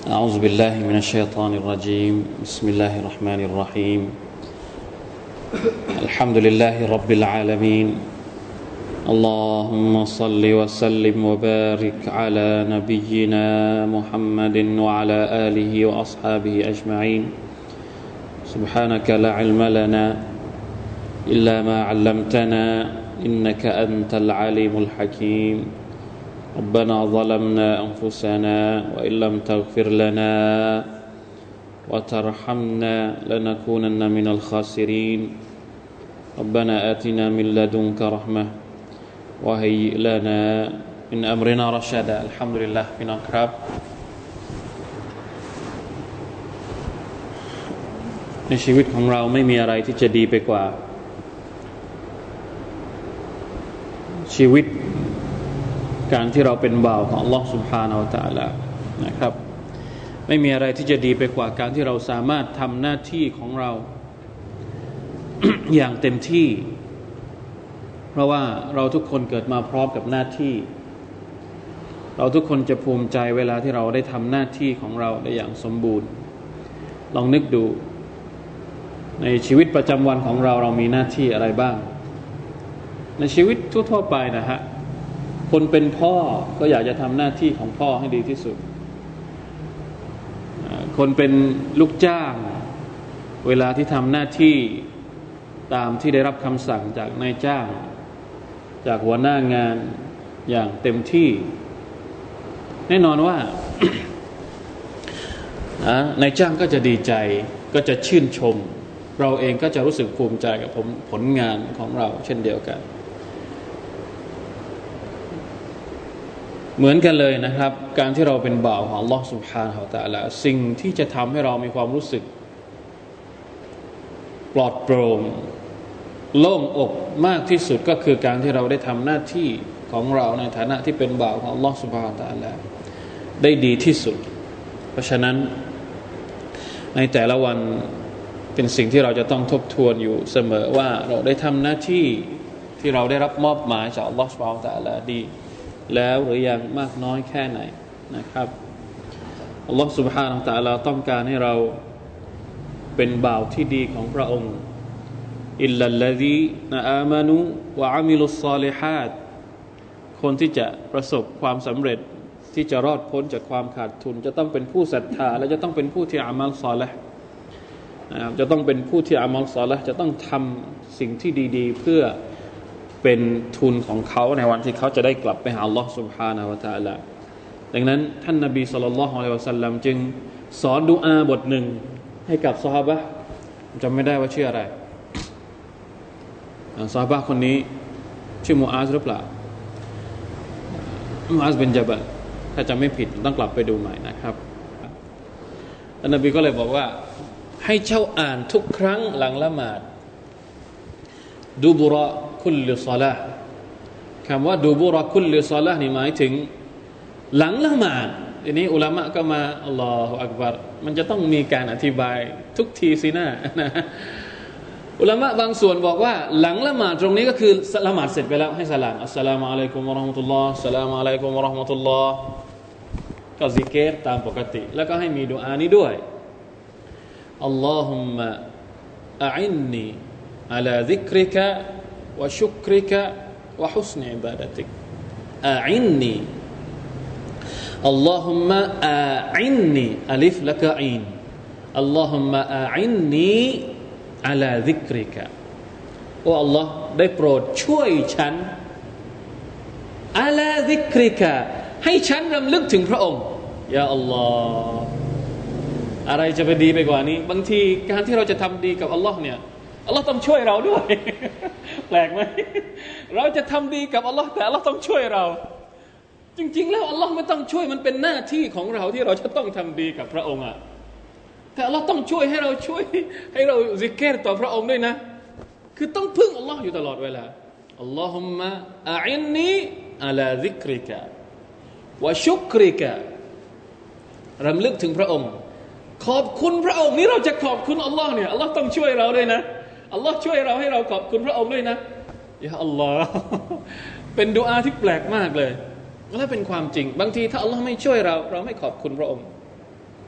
أعوذ بالله من الشيطان الرجيم بسم الله الرحمن الرحيم الحمد لله رب العالمين اللهم صل وسلم وبارك على نبينا محمد وعلى آله وأصحابه أجمعين سبحانك لا علم لنا إلا ما علمتنا إنك أنت العليم الحكيم ربنا ظلمنا أنفسنا وإن لم تغفر لنا وترحمنا لنكونن من الخاسرين ربنا آتنا من لدنك رحمة وهيئ لنا من أمرنا رشدا الحمد لله พี่น้องครับในชีวิตของเราไม่มีอะไรที่จะดีไปกว่าชีวิตการที่เราเป็นบ่าวของ Allah Subhanahu Wa Taala นะครับไม่มีอะไรที่จะดีไปกว่าการที่เราสามารถทำหน้าที่ของเรา อย่างเต็มที่เพราะว่าเราทุกคนเกิดมาพร้อมกับหน้าที่เราทุกคนจะภูมิใจเวลาที่เราได้ทำหน้าที่ของเราได้อย่างสมบูรณ์ลองนึกดูในชีวิตประจำวันของเราเรามีหน้าที่อะไรบ้างในชีวิตทั่วๆไปนะฮะคนเป็นพ่อก็อยากจะทำหน้าที่ของพ่อให้ดีที่สุดคนเป็นลูกจ้างเวลาที่ทำหน้าที่ตามที่ได้รับคำสั่งจากนายจ้างจากหัวหน้างานอย่างเต็มที่แน่นอนว่า นายจ้างก็จะดีใจก็จะชื่นชมเราเองก็จะรู้สึกภูมิใจกับผลงานของเราเช่นเดียวกันเหมือนกันเลยนะครับการที่เราเป็นบ่าวของ Allah Subhanahu Wa Taala สิ่งที่จะทำให้เรามีความรู้สึกปลอดโปร่งโล่งอกมากที่สุดก็คือการที่เราได้ทำหน้าที่ของเราในฐานะที่เป็นบ่าวของ Allah Subhanahu Wa Taala ได้ดีที่สุดเพราะฉะนั้นในแต่ละวันเป็นสิ่งที่เราจะต้องทบทวนอยู่เสมอว่าเราได้ทำหน้าที่ที่เราได้รับมอบหมายจาก Allah Subhanahu Wa Taala ดีแล้วหรือยังมากน้อยแค่ไหนนะครับอัลลอฮฺ سبحانه และ تعالى ต้องการให้เราเป็นบ่าวที่ดีของพระองค์อิลลัลลซีนะอามานูวะอะมิลุศศอลิฮาตคนที่จะประสบความสำเร็จที่จะรอดพ้นจากความขาดทุนจะต้องเป็นผู้ศรัทธาและจะต้องเป็นผู้ที่อามัลศอลิฮ์นะครับจะต้องเป็นผู้ที่อามัลศอลิฮ์จะต้องทำสิ่งที่ดีๆเพื่อเป็นทุนของเขาในวันที่เขาจะได้กลับไปหาอัลลอฮ์ سبحانه และ تعالى ดังนั้นท่านนบีศ็อลลัลลอฮุอะลัยฮิวะซัลลัมจึงสอนดุอาบทหนึ่งให้กับซอฮาบะห์จำไม่ได้ว่าชื่ออะไรซอฮาบะห์คนนี้ชื่อมูอาซหรือเปล่ามูอาซบินญะบัลถ้าจำไม่ผิดต้องกลับไปดูใหม่นะครับท่านนบีก็เลยบอกว่าให้เจ้าอ่านทุกครั้งหลังละหมาดดูบุระคุลลิศอลาห์คำว่าดูบุระคุลลิศอลาห์นี่หมายถึงหลังละหมาดทีนี้อุลามะก็มาอัลลอฮฺอักบัรมันจะต้องมีการอธิบายทุกทีสินะอุลามะบางส่วนบอกว่าหลังละหมาดตรงนี้ก็คือละหมาดเสร็จไปแล้วให้สลามอัสสลามุอะลัยกุมวะเราะห์มะตุลลอฮ์อัสสลามุอะลัยกุมวะเราะห์มะตุลลอฮ์ก็ซิกรตามปกติแล้วก็ให้มีดุอานี้ด้วยอัลลอฮุมมะอะอินนีอะลาซิกริกะวะชุกริกะวะฮุสนอิบาดะติกอะอินนีอัลลอฮุมมะอะอินนีอัลิฟละกะอีนอัลลอฮุมมะอะอินนีอะลาซิกริกะโอ้อัลลอฮ์ได้โปรดช่วยฉันอะลาซิกริกะให้ฉันรำลึกถึงพระองค์ยาอัลลอฮ์อะไรจะไปดีไปกว่านี้บางทีการที่เราจะทำดีกับอัลลอฮ์เนี่ยอัลลอฮ์ต้องช่วยเราด้วยแปลกไหมเราจะทำดีกับอัลลอฮ์แต่อัลลอฮ์ต้องช่วยเราจริงๆแล้วอัลลอฮ์ไม่ต้องช่วยมันเป็นหน้าที่ของเราที่เราจะต้องทำดีกับพระองค์อ่ะแต่อัลลอฮ์ต้องช่วยให้เราให้เราซิกรต่อพระองค์ด้วยนะคือต้องพึ่งอัลลอฮ์อยู่ตลอดเวลาอัลลอฮุมมะอะอินนีอะลาซิกริกะวะชุกริกะรำลึกถึงพระองค์ขอบคุณพระองค์นี่เราจะขอบคุณอัลลอฮ์เนี่ยอัลลอฮ์ต้องช่วยเราด้วยนะอัลลอฮ์ช่วยเราให้เราขอบคุณพระองค์ด้วยนะยาอัลลอฮ์เป็นดุอาที่แปลกมากเลยและเป็นความจริงบางทีถ้าอัลลอฮ์ไม่ช่วยเราไม่ขอบคุณพระองค์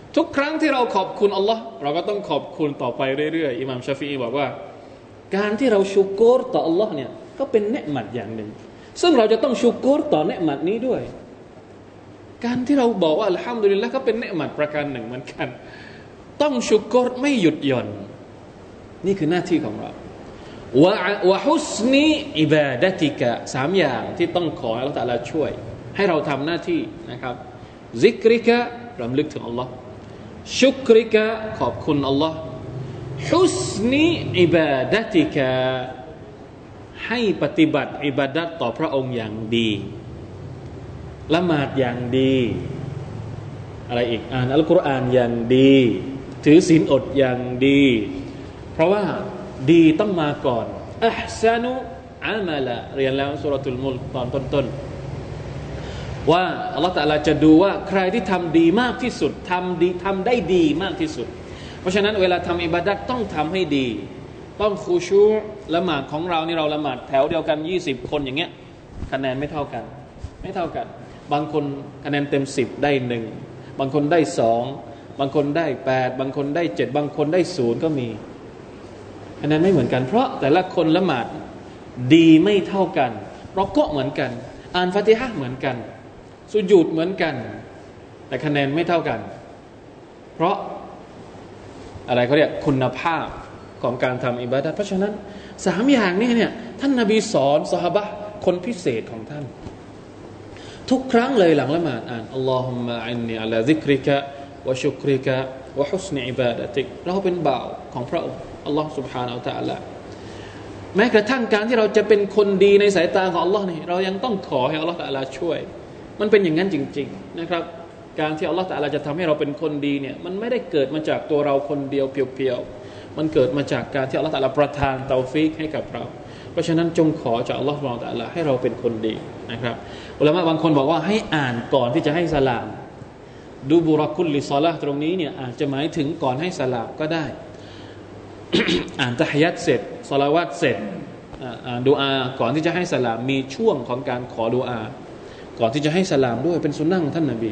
ทุกครั้งที่เราขอบคุณอัลลอฮ์เราก็ต้องขอบคุณต่อไปเรื่อยๆอิหม่ามชาฟีอีบอกว่าการที่เราชุกรต่ออัลลอฮ์เนี่ยก็เป็นเนืมัดอย่างหนึ่งซึ่งเราจะต้องชุกรต่อเนืมัดนี้ด้วยการที่เราบอกว่าอัลฮัมดุลิลละห์ก็เป็นเนืมัดประการหนึ่งเหมือนกันต้องชุกรไม่หยุดหย่อนนี่คือหน้าที่ของเราวะฮุสนีอิบาดะติกะสามอย่างที่ต้องขอให้อัลเลาะห์ตะอาลาช่วยให้เราทำหน้าที่นะครับซิกริกะรำลึกถึงอัลลอฮ์ชุกริกะขอบคุณอัลลอฮ์ฮุสนีอิบาดะติกะให้ปฏิบัติอิบาดะห์ต่อพระองค์อย่างดีละหมาดอย่างดีอะไรอีกอ่านอัลกุรอานอย่างดีถือศีลอดอย่างดีเพราะว่าดีต้องมาก่อนอัพซานุอามัละเรียนแล้วซูเราะตุลมุลกตอนต้นๆว่าอัลเลาะห์ตะอาลาจะดูว่าใครที่ทำดีมากที่สุดทำได้ดีมากที่สุดเพราะฉะนั้นเวลาทำอิบาดะห์ต้องทำให้ดีต้องคุชูละหมาดของเรานี่เราละหมาดแถวเดียวกัน20คนอย่างเงี้ยคะแนนไม่เท่ากันบางคนคะแนนเต็ม10ได้1บางคนได้2บางคนได้8บางคนได้7บางคนได้0ก็มีคะแนนไม่เหมือนกันเพราะแต่ละคนละหมาดดีไม่เท่ากันเราก็เหมือนกันอ่านฟาติฮะห์เหมือนกันสุญูดเหมือนกันแต่คะแนนไม่เท่ากันเพราะอะไรเขาเรียกคุณภาพของการทำอิบาดะห์เพราะฉะนั้น3อย่างนี้เนี่ยท่านนบีสอนซอฮาบะห์คนพิเศษของท่านทุกครั้งเลยหลังละหมาดอ่านอัลลอฮุมมะอินนีอะลาซิกริกะวะชุกริกะวะฮุสนิอิบาดะติกเราเป็นบ่าวของพระองค์อัลลอฮ์ سبحانه และ تعالى แม้กระทั่งการที่เราจะเป็นคนดีในสายตาของอัลลอฮ์นี่เรายังต้องขอให้อัลลอฮ์ تعالى ช่วยมันเป็นอย่างนั้นจริงๆนะครับการที่อัลลอฮ์ تعالى จะทำให้เราเป็นคนดีเนี่ยมันไม่ได้เกิดมาจากตัวเราคนเดียวเพียวๆมันเกิดมาจากการที่อัลลอฮ์ تعالى ประทานเตาฟีกให้กับเราเพราะฉะนั้นจงขอจากอัลลอฮ์ سبحانه และ تعالى ให้เราเป็นคนดีนะครับอุลามะบางคนบอกว่าให้อ่านก่อนที่จะให้สลามดูบุรคุลลิศอลาห์ตรงนี้เนี่ยอาจจะหมายถึงก่อนให้สลามก็ได้ อ่านตะฮิยัตเสร็จศอลาวาตเสร็จอ่านดุอาก่อนที่จะให้สลามมีช่วงของการขอดุอาก่อนที่จะให้สลามด้วยเป็นสุนนะของท่านนบี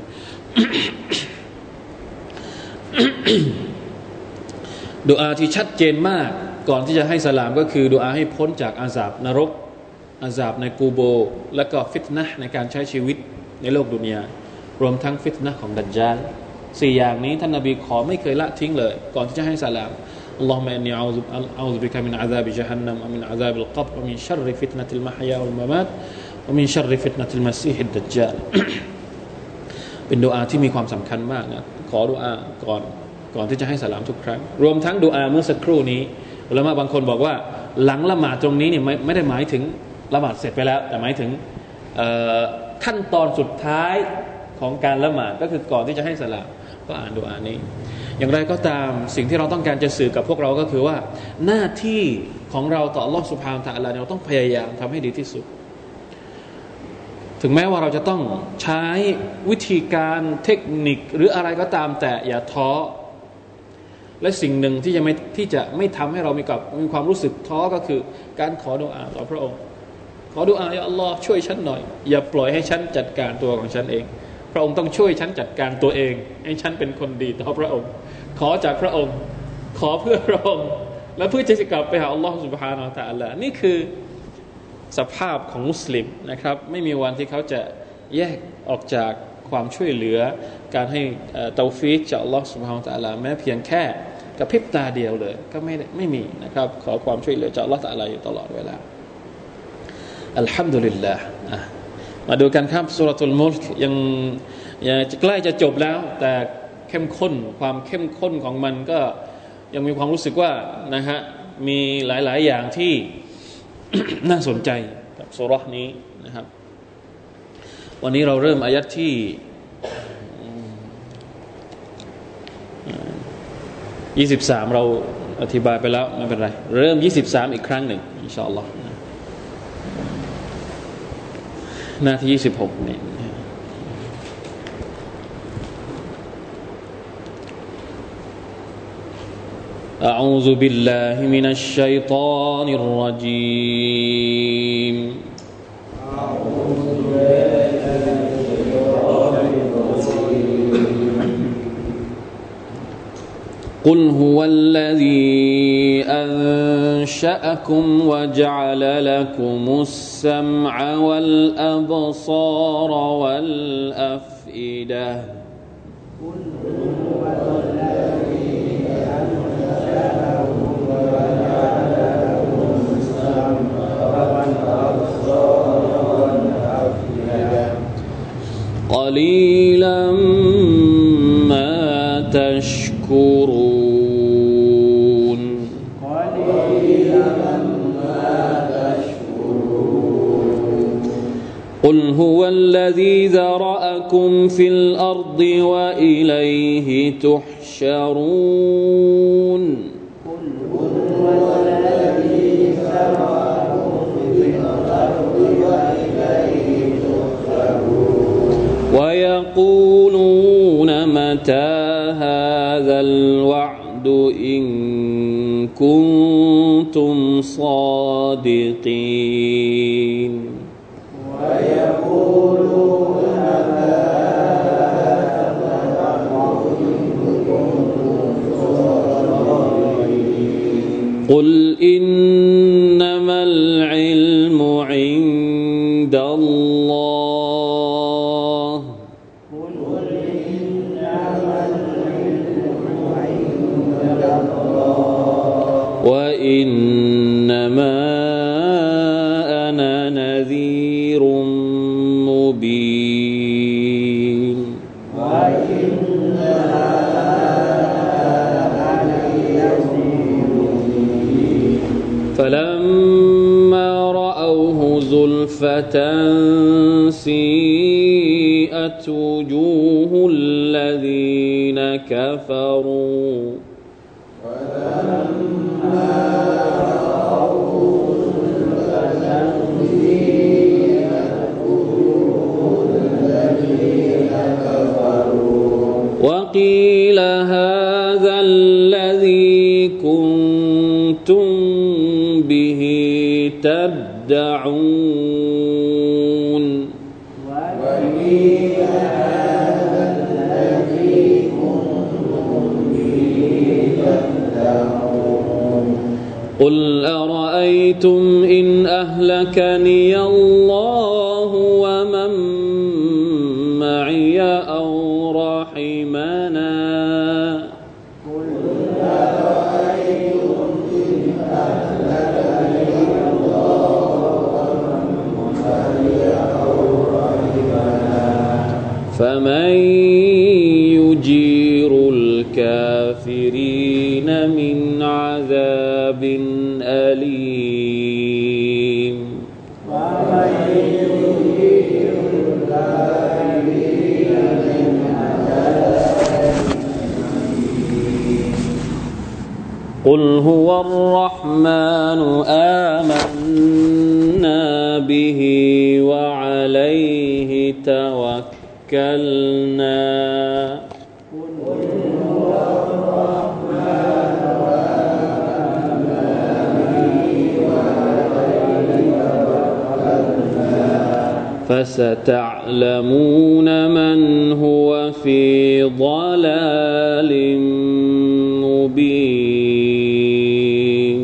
ดุอาที่ชัดเจนมากก่อนที่จะให้สลามก็คือดุอาให้พ้นจากอาซาบนรกอาซาบในกูโบและก็ฟิตนะห์ในการใช้ชีวิตในโลกดุนยารวมทั้งฟิตนะห์ของดัจญาล4อย่างนี้ท่านนบีขอไม่เคยละทิ้งเลยก่อนที่จะให้สลามاللهم إني أعوذ بك من عذاب جهنم ومن عذاب القبر ومن شر فتنة المحيا والممات ومن شر فتنة المسيح الدجال เป็นดุอาที่มีความสำคัญมากนะขอดุอาก่อนที่จะให้สลามทุกครั้งรวมทั้งดุอาเมื่อสักครู่นี้อุลามะบางคนบอกว่าหลังละหมาดตรงนี้เนี่ยไม่ได้หมายถึงละหมาดเสร็จไปแล้วแต่หมายถึงขั้นตอนสุดท้ายของการละหมาดก็คือก่อนที่จะให้สลามก็อ่านดุอานี้อย่างไรก็ตามสิ่งที่เราต้องการจะสื่อกับพวกเราก็คือว่าหน้าที่ของเราต่ออัลเลาะห์ซุบฮานะฮูวะตะอาลาเราต้องพยายามทำให้ดีที่สุดถึงแม้ว่าเราจะต้องใช้วิธีการเทคนิคหรืออะไรก็ตามแต่อย่าท้อและสิ่งหนึ่งที่จะไม่ทำให้เรามีความรู้สึกท้อก็คือการขอดุอาต่อพระองค์ขอดุอาอย่าอัลลอฮ์ช่วยฉันหน่อยอย่าปล่อยให้ฉันจัดการตัวของฉันเองพระองค์ต้องช่วยฉันจัดการตัวเองให้ฉันเป็นคนดีต่อพระองค์ขอจากพระองค์ขอเพื่อพระองค์และเพื่อจะกลับไปหาอัลลอฮฺ سبحانه และ تعالى นี่คือสภาพของมุสลิมนะครับไม่มีวันที่เขาจะแยกออกจากความช่วยเหลือการให้เตาฟีกจากอัลลอฮฺ سبحانه และ تعالى แม้เพียงแค่กระพริบตาเดียวเลยก็ไม่มีนะครับขอความช่วยเหลือจากอัลลอฮฺ تعالى อยู่ตลอดเวลาอัลฮัมดุลิลลาห์มาดูกันครับซูเราะตุลมุลกยังใกล้จะจบแล้วแต่เข้มข้นความเข้มข้นของมันก็ยังมีความรู้สึกว่านะฮะมีหลายๆอย่างที่ น่าสนใจกับซูเราะห์นี้นะครับวันนี้เราเริ่มอายัดที่23เราอธิบายไปแล้วไม่เป็นไรเริ่ม23อีกครั้งหนึ่งอินชาอัลลอฮ์หน้าที่26นี่أعوذ بالله من الشيطان الرجيم أعوذ بالله من الشيطان الرجيم قل هو الذي أنشأكم وجعل لكم السمع والأبصار والأفئدة قليلا ما تشكرون قل هو الذي ذرأكم في الأرض وإليه تحشرون ويقولون متى هذا الوعد إن كنتم صادقين قل إنما العلم عند الله وإنما أنا نذير مبين فلما رأوه زلفة سيئت وجوه الذين كفروا وقيل هذا الذي كنتم به تدعون قل أرأيتم إن أهلكني الله ومن معي أو رحمنا فمن يجير الكافرين من عذاب أليم قل هو الرحمن آمنا به وعليه توكلنا فستعلمون من هو في ضلال مبين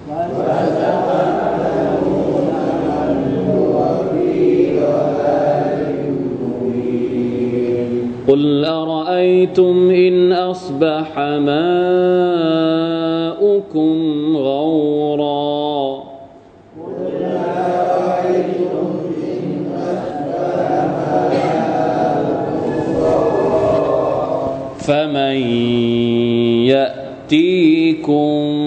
قل أرأيتم إن أصبح ماؤكم غورا فمن يأتيكم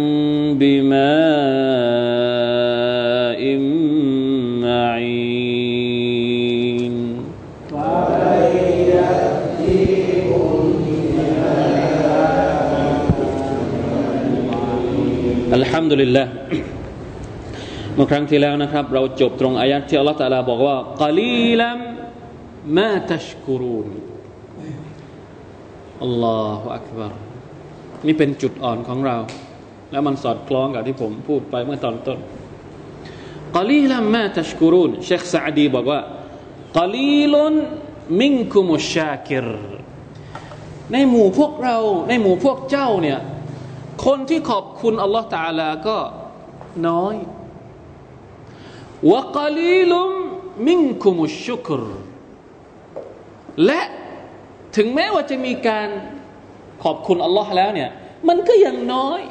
بماء معينอัลฮัมดุลิลลาห์เมื่อครั้งที่แล้วนะครับเราจบตรงอายัดที่อัลเลาะห์ตะอาลาบอกว่ากะลีลัมมาตัชกุรูนอัลลอฮฺอักบัรนี่เป็นจุดอ่อนของเราแล้วมันสอดคล้องกับที่ผมพูดไปเมื่อตอนต้นกะลีลัมมาตัชกุรูนเชคซะอดีบอกว่ากะลีลุนมินกุมุชชาคิรในหมู่พวกเราในหมู่พวกเจ้าเนี่ยคนที่ขอบคุณอัลลอฮฺตะอาลาก็น้อยวะกะลีลุมมินคุมุชชุกรและถึงแม้ว่าจะมีการขอบคุณอัลลอฮ์แล้วเนี่ยมันก็ยังน้อย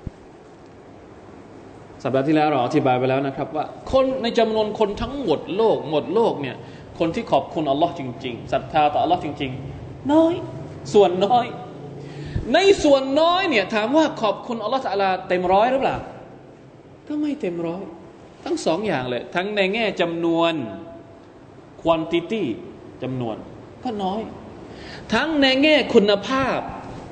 สัปดาห์ที่แล้วเราอธิบายไปแล้วนะครับว่าคนในจำนวนคนทั้งหมดโลกเนี่ยคนที่ขอบคุณอัลลอฮ์จริงๆศรัทธาต่ออัลลอฮ์จริงๆน้อยส่วนน้อยในส่วนน้อยเนี่ยถามว่าขอบคุณอัลลอฮ์ตะอาลาเต็มร้อยหรือเปล่าก็ไม่เต็มร้อยทั้งสองอย่างเลยทั้งในแง่จำนวน quantity จำนวนก็น้อยทั้งในแง่คุณภาพ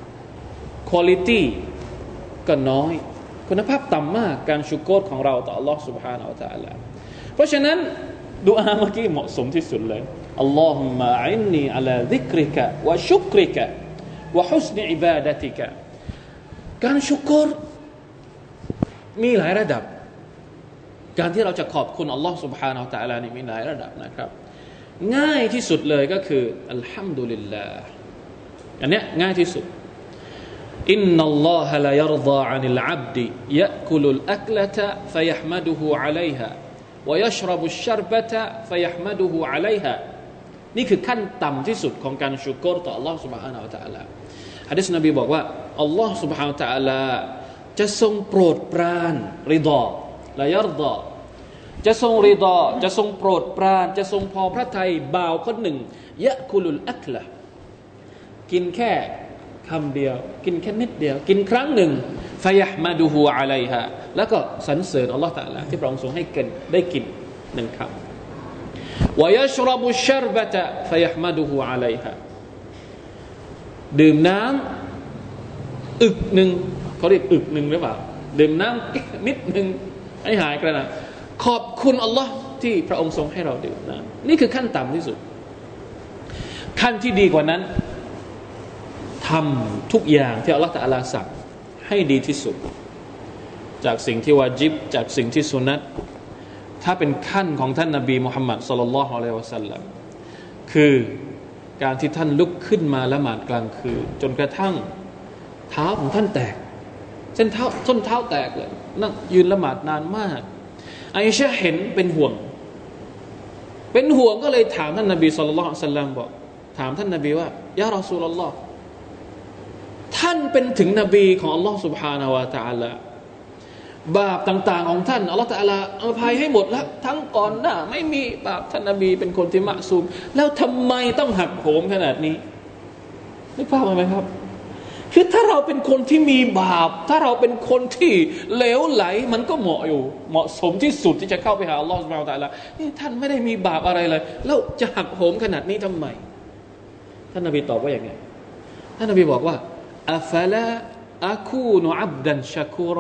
quality ก็น้อยคุณภาพต่ำมากการชุกรของเราต่อ Allah سبحانه และ تعالى เพราะฉะนั้นดุอาเมื่อกี้เหมาะสมที่สุดเลยอัลลอฮุมมะอินนีอะลาซิกริกะวะชุกริกะวะฮุสนิอิบาดะติกะการชุกรมีหลายระดับการที่เราจะขอบคุณอัลลอฮ์ سبحانه และ تعالى นี่มีหลายระดับนะครับง่ายที่สุดเลยก็คืออัลฮัมดุลิลลาห์อันเนี้ยง่ายที่สุดอินนัลลอฮะลายัรฎออานิลอับดิยะกุลุลอักละตะฟะยะห์มะดุฮูอะลัยฮาวะยัชรบุชชัรบะตะฟะยะห์มะดุฮูอะลัยฮานี่คือขั้นต่ำที่สุดของการชุกรต่ออัลลอฮ์ سبحانه และ تعالى หะดีษนบีบอกว่าอัลลอฮ์ سبحانه และ تعالى จะทรงโปรดปรานริฎอลายัรฎอจะทรงริฎอจะทรงโปรดปรานจะทรงพอพระทัยบ่าวคนหนึ่งยะกุลุลอักละกินแค่คำเดียวกินแค่นิดเดียวกินครั้งหนึ่งฟะยะห์มะดุฮูอะลัยฮาแล้วก็สรรเสริญอัลเลาะห์ตะอาลาที่พระองค์ทรงให้กินได้กินหนึ่งคำวะยัชรบุชชัรบะตะฟะยะห์มะดุฮูอะลัยฮาดื่มน้ำอึกหนึ่งเขาเรียกอึกหนึ่งหรือเปล่าดื่มน้ำนิดหนึ่งให้หายกระหน่ำขอบคุณอัลลอฮ์ที่พระองค์ทรงให้เราดื่มน้ำนี่คือขั้นต่ำที่สุดขั้นที่ดีกว่านั้นทำทุกอย่างที่อัลลอฮฺตะอาลาสั่งให้ดีที่สุดจากสิ่งที่วาญิบจากสิ่งที่สุนัตถ้าเป็นขั้นของท่านนบีมุฮัมมัดศ็อลลัลลอฮุอะลัยฮิวะซัลลัมคือการที่ท่านลุกขึ้นมาละหมาดกลางคืนจนกระทั่งเท้าของท่านแตกส้นเท้าแตกเลยนั่งยืนละหมาดนานมากอิชะห์เห็นเป็นห่วงก็เลยถามท่านนบีศ็อลลัลลอฮุอะลัยฮิวะซัลลัมบอกถามท่านนบีว่ายารอซูลุลลอฮ์ท่านเป็นถึงนบีของอัลลอฮ์ سبحانه และ تعالى บาปต่างๆของท่านอัลลอฮ์ تعالى อภัยให้หมดแล้วทั้งก่อนหน้าไม่มีบาปท่านนบีเป็นคนที่มะซูมแล้วทำไมต้องหักโหมขนาดนี้นึกภาพไหมครับคือถ้าเราเป็นคนที่มีบาปถ้าเราเป็นคนที่เลวไหลมันก็เหมาะสมที่สุดที่จะเข้าไปหาอัลลอฮ์ سبحانه และ تعالى นี่ท่านไม่ได้มีบาปอะไรเลยแล้วจะหักโหมขนาดนี้ทำไมท่านนบีตอบว่าอย่างไงท่านนบีบอกว่าอัฟลาอะคูนุอับดันชะกูร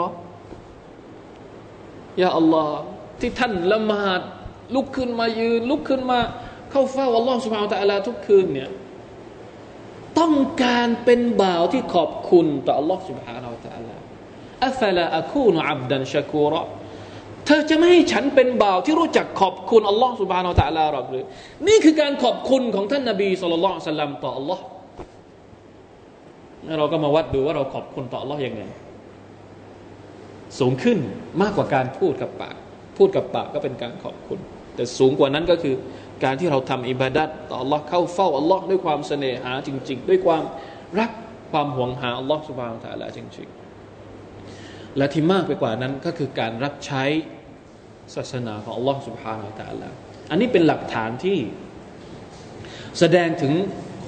อยาอัลลอฮ์ที่ท่านละหมาดลุกขึ้นมายืนลุกขึ้นมาเข้าเฝ้าอัลลอฮ์ سبحانه และ تعالى ทุกคืนเนี่ยต้องการเป็นบ่าวที่ขอบคุณต่ออัลลอฮ์ سبحانه และ تعالى อัฟลาอะคูนุอับดันชะกูรอเธอจะไม่ให้ฉันเป็นบ่าวที่รู้จักขอบคุณอัลลอฮ์ سبحانه และ تعالى หรอกหรือนี่คือการขอบคุณของท่านนบีศ็อลลัลลอฮุอะลัยฮิวะซัลลัมต่ออัลลอฮ์เราก็มาวัดดูว่าเราขอบคุณต่ออัลลอฮ์ยังไงสูงขึ้นมากกว่าการพูดกับปากก็เป็นการขอบคุณแต่สูงกว่านั้นก็คือการที่เราทำอิบาดัตต่ออัลลอฮ์เข้าเฝ้าอัลลอฮ์ด้วยความเสน่หาจริงๆด้วยความรักความหวงหาอัลลอฮ์ซุบฮานะฮูวะตะอาลาจริงๆและที่มากไปกว่านั้นก็คือการรับใช้ศาสนาของอัลลอฮ์ซุบฮานะฮูวะตะอาลาอันนี้เป็นหลักฐานที่แสดงถึง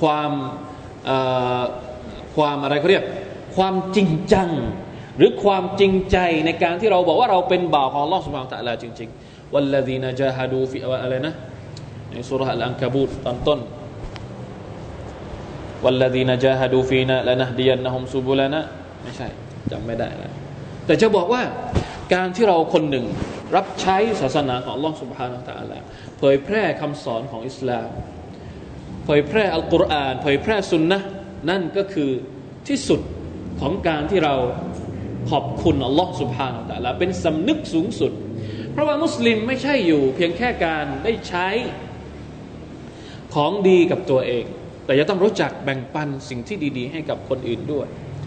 ความอะไรเขาเรียกความจริงจังหรือความจริงใจในการที่เราบอกว่าเราเป็นบ่าวของอัลลอฮ์ซุบฮานะฮูวะตะอาลาจริงๆวัลลซีนะจาฮะดูฟิอะไรนะในซูเราะห์อัลอันกะบูตตอนต้นวัลลซีนะจาฮะดูฟีนะละนะฮดิยันนะฮุมซุบุลานะไม่ใช่จำไม่ได้แล้วแต่จะบอกว่าการที่เราคนหนึ่งรับใช้ศาสนาของอัลลอฮ์ซุบฮานะฮูวะตะอาลาเผยแพร่คำสอนของอิสลามเผยแพร่อัลกุรอานเผยแพร่สุนนะห์นั่นก็คือที่สุดของการที่เราขอบคุณอัลลอฮ์ซุบฮานะฮูวะตะอาลาเป็นสำนึกสูงสุดเพราะว่ามุสลิมไม่ใช่อยู่เพียงแค่การได้ใช้ของดีกับตัวเองแต่จะต้องรู้จักแบ่งปันสิ่งที่ดีๆให้กับคนอื่นด้วย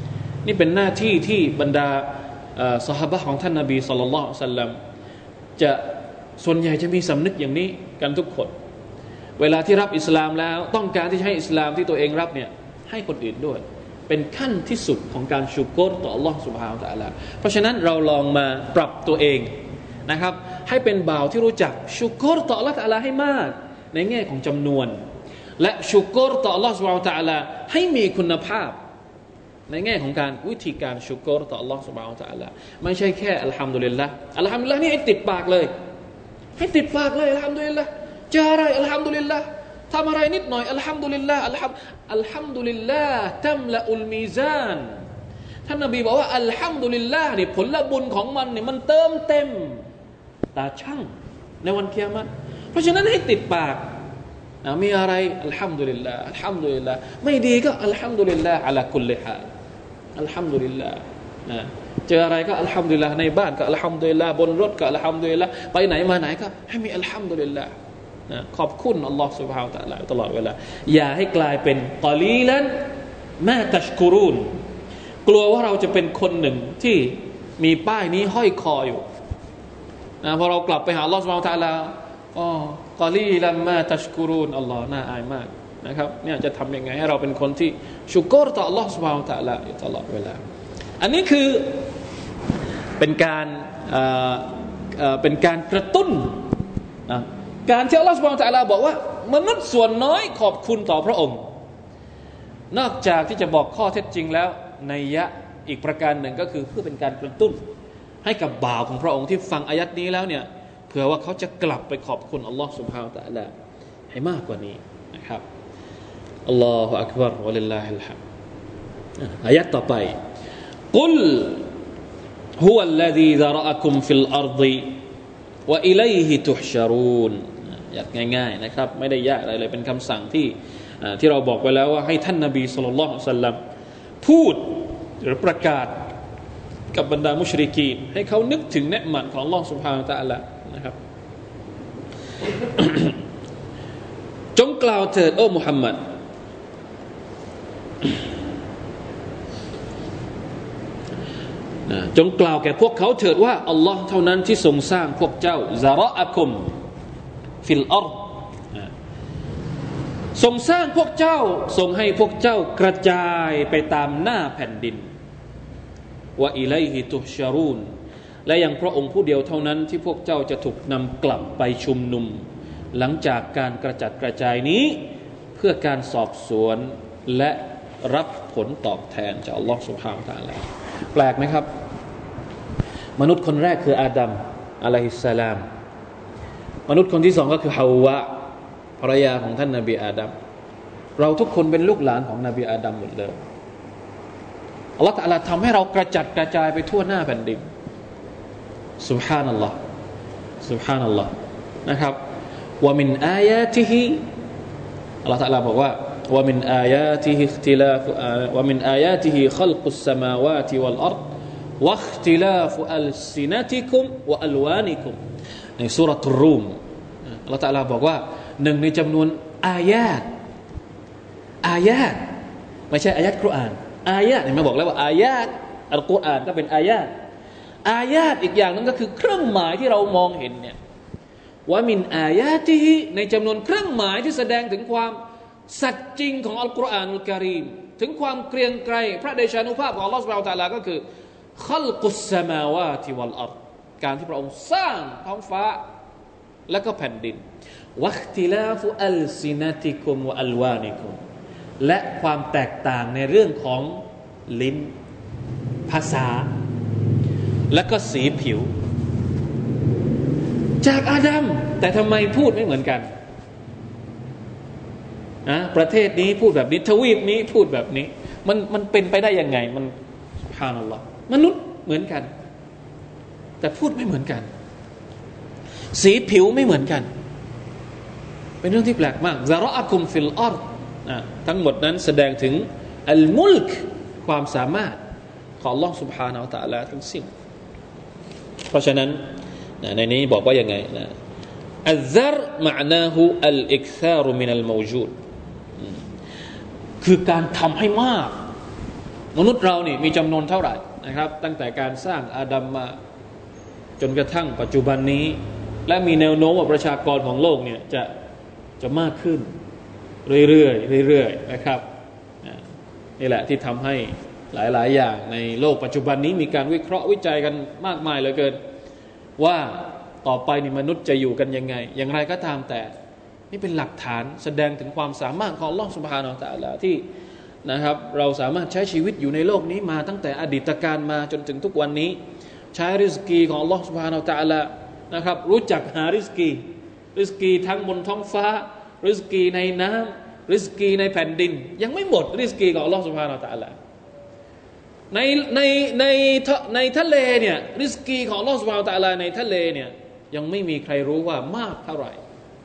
นี่เป็นหน้าที่ที่บรรดาซอฮาบะห์ของท่านนบีศ็อลลัลลอฮุอะลัยฮิวะซัลลัมจะส่วนใหญ่จะมีสำนึกอย่างนี้กันทุกคนเวลาที่รับอิสลามแล้วต้องการที่จะให้อิสลามที่ตัวเองรับเนี่ยให้คนอื่นด้วยเป็นขั้นที่สุดของการชูกรต่ออัลลอฮฺซุบฮานะฮูวะตะอาลาเพราะฉะนั้นเราลองมาปรับตัวเองนะครับให้เป็นบ่าวที่รู้จักชูกรต่ออัลลอฮฺตะอาลาให้มากในแง่ของจำนวนและชูกรต่ออัลลอฮฺซุบฮานะฮูวะตะอาลาให้มีคุณภาพในแง่ของการวิธีการชูกรต่ออัลลอฮฺซุบฮานะฮูวะตะอาลาไม่ใช่แค่อัลฮัมดุลิลละอัลฮัมดุลิลละนี่ให้ติดปากเลยให้ติดปากเลยอัลฮัมดุลิลละเจออะไรอัลฮัมดุลิลละทำอะไรนิดหน่อยอัลฮัมดุลิลลาห์อัลฮัมดุลิลลาห์ตัมละอุลมีซานท่านนบีบอกว่าอัลฮัมดุลิลลาห์นี่ผลบุญของมันเนี่ยมันเติมเต็มตาช่างในวันกิยามะฮ์เพราะฉะนั้นให้ติดปากมีอะไรอัลฮัมดุลิลลาห์อัลฮัมดุลิลลาห์ไม่ดีก็อัลฮัมดุลิลลาห์อะลากุลลิฮาลอัลฮัมดุลิลลาห์เจออะไรก็อัลฮัมดุลิลลาห์ในบ้านก็อัลฮัมดุลิลลาห์บนรถก็อัลฮัมดุลิลลาห์ไปไหนมาไหนก็ให้มีอัลฮัมดุลิลลาห์ขอบคุณอัลลอฮฺ سبحانه และ تعالى ตลอดเวลาอย่าให้กลายเป็นกอลีลันมาตัชกุรูนกลัวว่าเราจะเป็นคนหนึ่งที่มีป้ายนี้ห้อยคออยู่พอเรากลับไปหาอัลลอฮฺ سبحانه และ تعالى กอลีลันมาตัชกุรูนอัลลอฮฺน่าอายมากนะครับเนี่ยจะทำยังไงให้เราเป็นคนที่ชุกรต่ออัลลอฮฺ سبحانه และ تعالى ตลอดเวลาอันนี้คือเป็นการกระตุ้นการที่อัลลอฮฺซุบฮานะฮูวะตะอาลาบอกว่ามนุษย์ส่วนน้อยขอบคุณต่อพระองค์นอกจากที่จะบอกข้อเท็จจริงแล้วนัยยะอีกประการหนึ่งก็คือเพื่อเป็นการกระตุ้นให้กับบ่าวของพระองค์ที่ฟังอายัดนี้แล้วเนี่ยเผื่อว่าเขาจะกลับไปขอบคุณอัลลอฮฺซุบฮานะฮูวะตะอาลาให้มากกว่านี้นะครับอัลลอฮฺอักบัรวะลิลลาฮิลฮัมด์อายัดต่อไปกุลฮุวัลลซีซะรออะกุมฟิลอัรฎิวะอิลัยฮิตุฮชารูนอยากง่ายๆนะครับไม่ได้ยากอะไรเลยเป็นคำสั่งที่เราบอกไว้แล้วว่าให้ท่านนบีศ็อลลัลลอฮุอะลัยฮิวะซัลลัมพูดหรือประกาศกับบรรดามุชริกีนให้เขานึกถึงเนืหมัดของอัลเลาะห์ซุบฮานะฮูวะตะอาลานะครับ จงกล่าวเถิดโอ้มุฮัมมัดจงกล่าวแก่พวกเขาเถิดว่าอัลลอฮ์เท่านั้นที่ทรงสร้างพวกเจ้าซะรออะกุมฟิลอัรฎทรงสร้างพวกเจ้าทรงให้พวกเจ้ากระจายไปตามหน้าแผ่นดินวะอิลัยฮิตุฮชารูนและยังพระองค์ผู้เดียวเท่านั้นที่พวกเจ้าจะถูกนำกลับไปชุมนุมหลังจากการกระจัดกระจายนี้เพื่อการสอบสวนและรับผลตอบแทนจากอัลลอฮ์ซุบฮานะฮูวะตะอาลาแปลกไหมครับมนุษย์คนแรกคืออาดัมอะลัยฮิสสลามมนุษย์คนที่สองก็คือฮาวะภรรยาของท่านนบีอาดัมเราทุกคนเป็นลูกหลานของนบีอาดัมหมดเลยอัลลอฮฺตะอาลาทำให้เรากระจัดกระจายไปทั่วหน้าแผ่นดินซุบฮานัลลอฮ์ซุบฮานัลลอฮ์นะครับวะมินอายาติฮิอัลลอฮฺตะอาลาบอกว่าومن آياته اختلاف ومن آياته خلق السماوات والأرض واختلاف ألسنتكم وألوانكم ในซูเราะตุรรูมอัลเลาะห์ตะอาลาบอกว่าหนึ่งในจำนวนอายาตไม่ใช่อายาตกุรอานอายาตเนี่ยมาบอกแล้วว่าอายาตอัลกุรอานก็เป็นอายาตอีกอย่างนึงก็คือเครื่องหมายที่เรามองเห็นเนี่ยว่ามินอายาติฮิในจำนวนเครื่องหมายที่แสดงถึงความสัจจริงของอัลกุรอานอัลกะรีมถึงความเกรียงไกรพระเดชานุภาพของอัลเลาะห์ซุบฮานะฮูวะตะอาลาก็คือคัลกุสสมาวาติวัลอัรฎการที่พระองค์สร้างท้องฟ้าและก็แผ่นดินวัคติลาฟุอัลซินะติกุมวะอัลวานิกุมและความแตกต่างในเรื่องของลิ้นภาษาและก็สีผิวจากอาดัมแต่ทำไมพูดไม่เหมือนกันประเทศนี้พูดแบบนี้ทวีปนี้พูดแบบนี้มันเป็นไปได้ยังไงมันซุบฮานัลลอฮ์มนุษย์เหมือนกันแต่พูดไม่เหมือนกันสีผิวไม่เหมือนกันเป็นเรื่องที่แปลกมากซะรออะกุมฟิลอัรฎทั้งหมดนั้นแสดงถึงอัลมุลกความสามารถของอัลเลาะห์ซุบฮานะฮูวะตะอาลาทั้งสิ้นเพราะฉะนั้นในนี้บอกว่ายังไงอัลซัรมะอ์นาฮูอัลอิกซารุมินัลมาวจูดคือการทำให้มากมนุษย์เรานี่มีจำนวนเท่าไหร่นะครับตั้งแต่การสร้างอาดัมมาจนกระทั่งปัจจุบันนี้และมีแนวโน้มว่าประชากรของโลกเนี่ยจะมากขึ้นเรื่อยๆนะครับนี่แหละที่ทำให้หลายๆอย่างในโลกปัจจุบันนี้มีการวิเคราะห์วิจัยกันมากมายเหลือเกินว่าต่อไปนี่มนุษย์จะอยู่กันยังไงอย่างไรก็ตามแต่นี่เป็นหลักฐานแสดงถึงความสามารถของอัลเลาะห์ซุบฮานะฮูวะตะอาลาที่นะครับเราสามารถใช้ชีวิตอยู่ในโลกนี้มาตั้งแต่อดีตการมาจนถึงทุกวันนี้ใช้ริสกีของอัลเลาะห์ซุบฮานะฮูวะตะอาลานะครับรู้จักหาริสกีทั้งบนท้องฟ้าริสกีในน้ำริสกีในแผ่นดินยังไม่หมดริสกีของอัลเลาะห์ซุบฮานะฮูวะตะอาลาในทะเลเนี่ยริสกีของอัลเลาะห์ซุบฮานะฮูวะตะอาลาในทะเลเนี่ยยังไม่มีใครรู้ว่ามากเท่าไหร่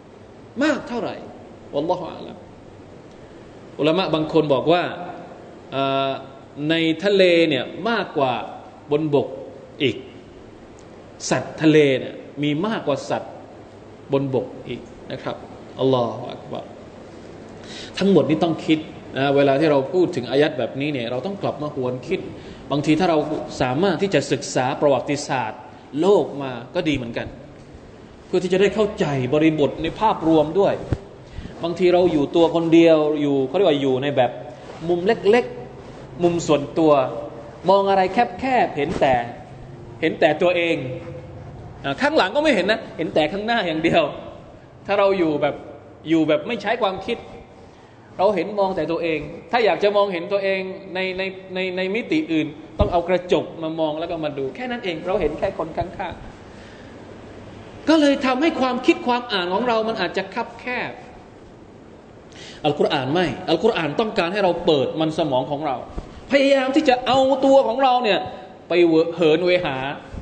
วัลลอฮุอาลัมอุลามะบางคนบอกว่าในทะเลเนี่ยมากกว่าบนบกอีกสัตว์ทะเลเนี่ยมีมากกว่าสัตว์บนบกอีกนะครับอัลลอฮฺอักบัรทั้งหมดนี้ต้องคิดนะเวลาที่เราพูดถึงอายัดแบบนี้เนี่ยเราต้องกลับมาหวนคิดบางทีถ้าเราสามารถที่จะศึกษาประวัติศาสตร์โลกมาก็ดีเหมือนกันเพื่อที่จะได้เข้าใจบริบทในภาพรวมด้วยบางทีเราอยู่ตัวคนเดียวอยู่เขาเรียกว่าอยู่ในแบบมุมเล็กๆมุมส่วนตัวมองอะไรแคบๆเห็นแต่ตัวเองข้างหลังก็ไม่เห็นนะเห็นแต่ข้างหน้าอย่างเดียวถ้าเราอยู่แบบไม่ใช้ความคิดเราเห็นมองแต่ตัวเองถ้าอยากจะมองเห็นตัวเองในมิติอื่นต้องเอากระจกมามองแล้วก็มาดูแค่นั้นเองเราเห็นแค่คนข้างๆก็เลยทำให้ความคิดความอ่านของเรามันอาจจะคับแคบอัลกุรอานไม่อัลกุรอานต้องการให้เราเปิดมันสมองของเราพยายามที่จะเอาตัวของเราเนี่ยไปเหินเวหา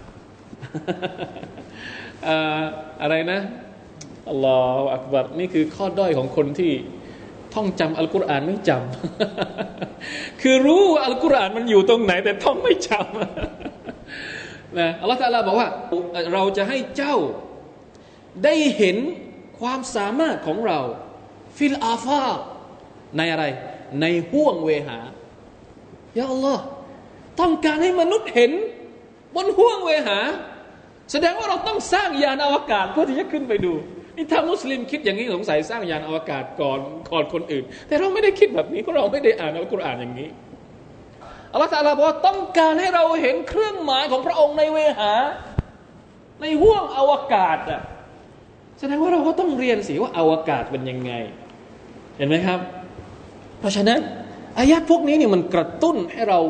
อะไรนะอัลลอฮฺอักบัรนี่คือข้อด้อยของคนที่ท่องจำอัลกุรอานไม่จำคือรู้ว่าอัลกุรอานมันอยู่ตรงไหนแต่ท่องไม่จำนะอัลลอฮฺตะอาลาบอกว่าเราจะให้เจ้าได้เห็นความสามารถของเราฟิลอาฟาในอะไรในห้วงเวหายาอัลลอฮ์ต้องการให้มนุษย์เห็นบนห้วงเวหาแสดงว่าเราต้องสร้างยานอวกาศเพื่อที่จะขึ้นไปดูนี่ถ้ามุสลิมคิดอย่างนี้สงสัยสร้างยานอวกาศก่อนคนอื่นแต่เราไม่ได้คิดแบบนี้เพราะเราไม่ได้อ่านอัลกุรอานอย่างนี้อัลลอฮฺตะอาลาบอกว่าต้องการให้เราเห็นเครื่องหมายของพระองค์ในเวหาในห้วงอวกาศอ่ะแสดงว่าเราก็ต้องเรียนสิว่าอวกาศเป็นยังไงเห็นไหมครับเพราะฉะนั้นอายะห์พวกนี้เนี่ยมันกระตุ้นให้เรา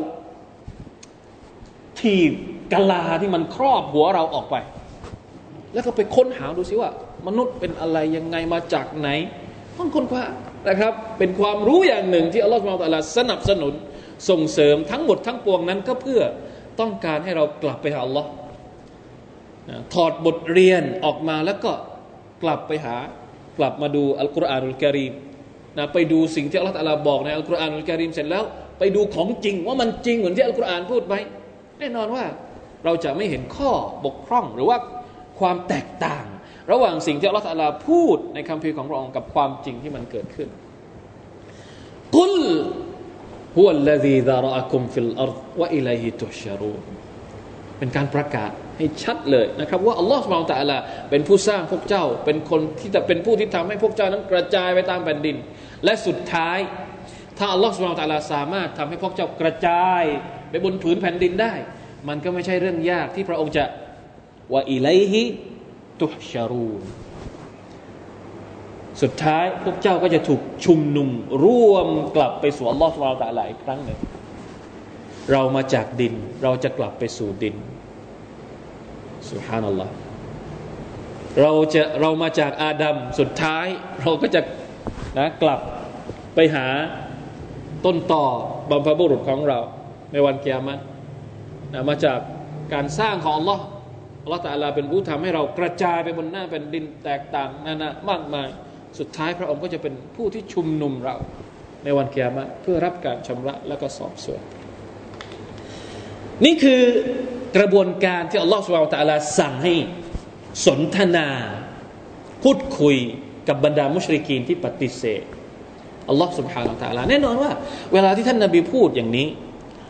ถีบกะลาที่มันครอบหัวเราออกไปแล้วก็ไปค้นหาดูสิว่ามนุษย์เป็นอะไรยังไงมาจากไหนต้องค้นคว้านะครับเป็นความรู้อย่างหนึ่งที่อัลลอฮฺซุบฮานะฮูวะตะอาลาสนับสนุนส่งเสริมทั้งหมดทั้งปวงนั้นก็เพื่อต้องการให้เรากลับไปหาอัลลอฮ์ถอดบทเรียนออกมาแล้วก็กลับมาดูอัลกุรอานุลกะรีมนะไปดูสิ่งที่อัลลอฮฺตะอาลาบอกในอัลกุรอานุลกะรีมเสร็จแล้วไปดูของจริงว่ามันจริงเหมือนที่อัลกุรอานพูดไหมแน่นอนว่าเราจะไม่เห็นข้อบกพร่องหรือว่าความแตกต่างระหว่างสิ่งที่อัลลอฮฺตะอาลาพูดในคัมภีร์ของพระองค์กับความจริงที่มันเกิดขึ้นกุลฮุวัลลซีซะรออะกุมฟิลอัรฎวะอิลัยฮิตุฮชารูนเป็นการประกาศให้ชัดเลยนะครับว่าอัลลอฮฺซุบฮานะฮูวะตะอาลาเป็นผู้สร้างพวกเจ้าเป็นคนที่จะเป็นผู้ที่ทำให้พวกเจ้านั้นกระจายไปตามแผ่นดินและสุดท้ายถ้าอัลลอฮฺซุบฮานะฮูวะตะอาลาสามารถทำให้พวกเจ้ากระจายไปบนผืนแผ่นดินได้มันก็ไม่ใช่เรื่องยากที่พระองค์จะวะอิลัยฮิตุฮชารูนสุดท้ายพวกเจ้าก็จะถูกชุมนุมร่วมกลับไปสู่อัลลอฮฺซุบฮานะฮูวะตะอาลาอีกครั้งหนึ่งเรามาจากดินเราจะกลับไปสู่ดินซุบฮานัลลอฮ์เรามาจากอาดัมสุดท้ายเราก็จะกลับไปหาต้นต่อบรรพบุรุษของเราในวันกิยามะห์มาจากการสร้างของอัลลอฮ์ตะอาลาเป็นผู้ทำให้เรากระจายไปบนหน้าแผ่นดินแตกต่างนามากมายสุดท้ายพระองค์ก็จะเป็นผู้ที่ชุมนุมเราในวันกิยามะห์เพื่อรับการชำระและก็สอบสวนนี่คือกระบวนการที่อัลลอฮฺซุบฮานะฮูวะตะอาลาสั่งให้สนทนาพูดคุยกับบรรดามุชริกีนที่ปฏิเสธอัลลอฮฺซุบฮานะฮูวะตะอาลาแน่นอนว่าเวลาที่ท่านนบีพูดอย่างนี้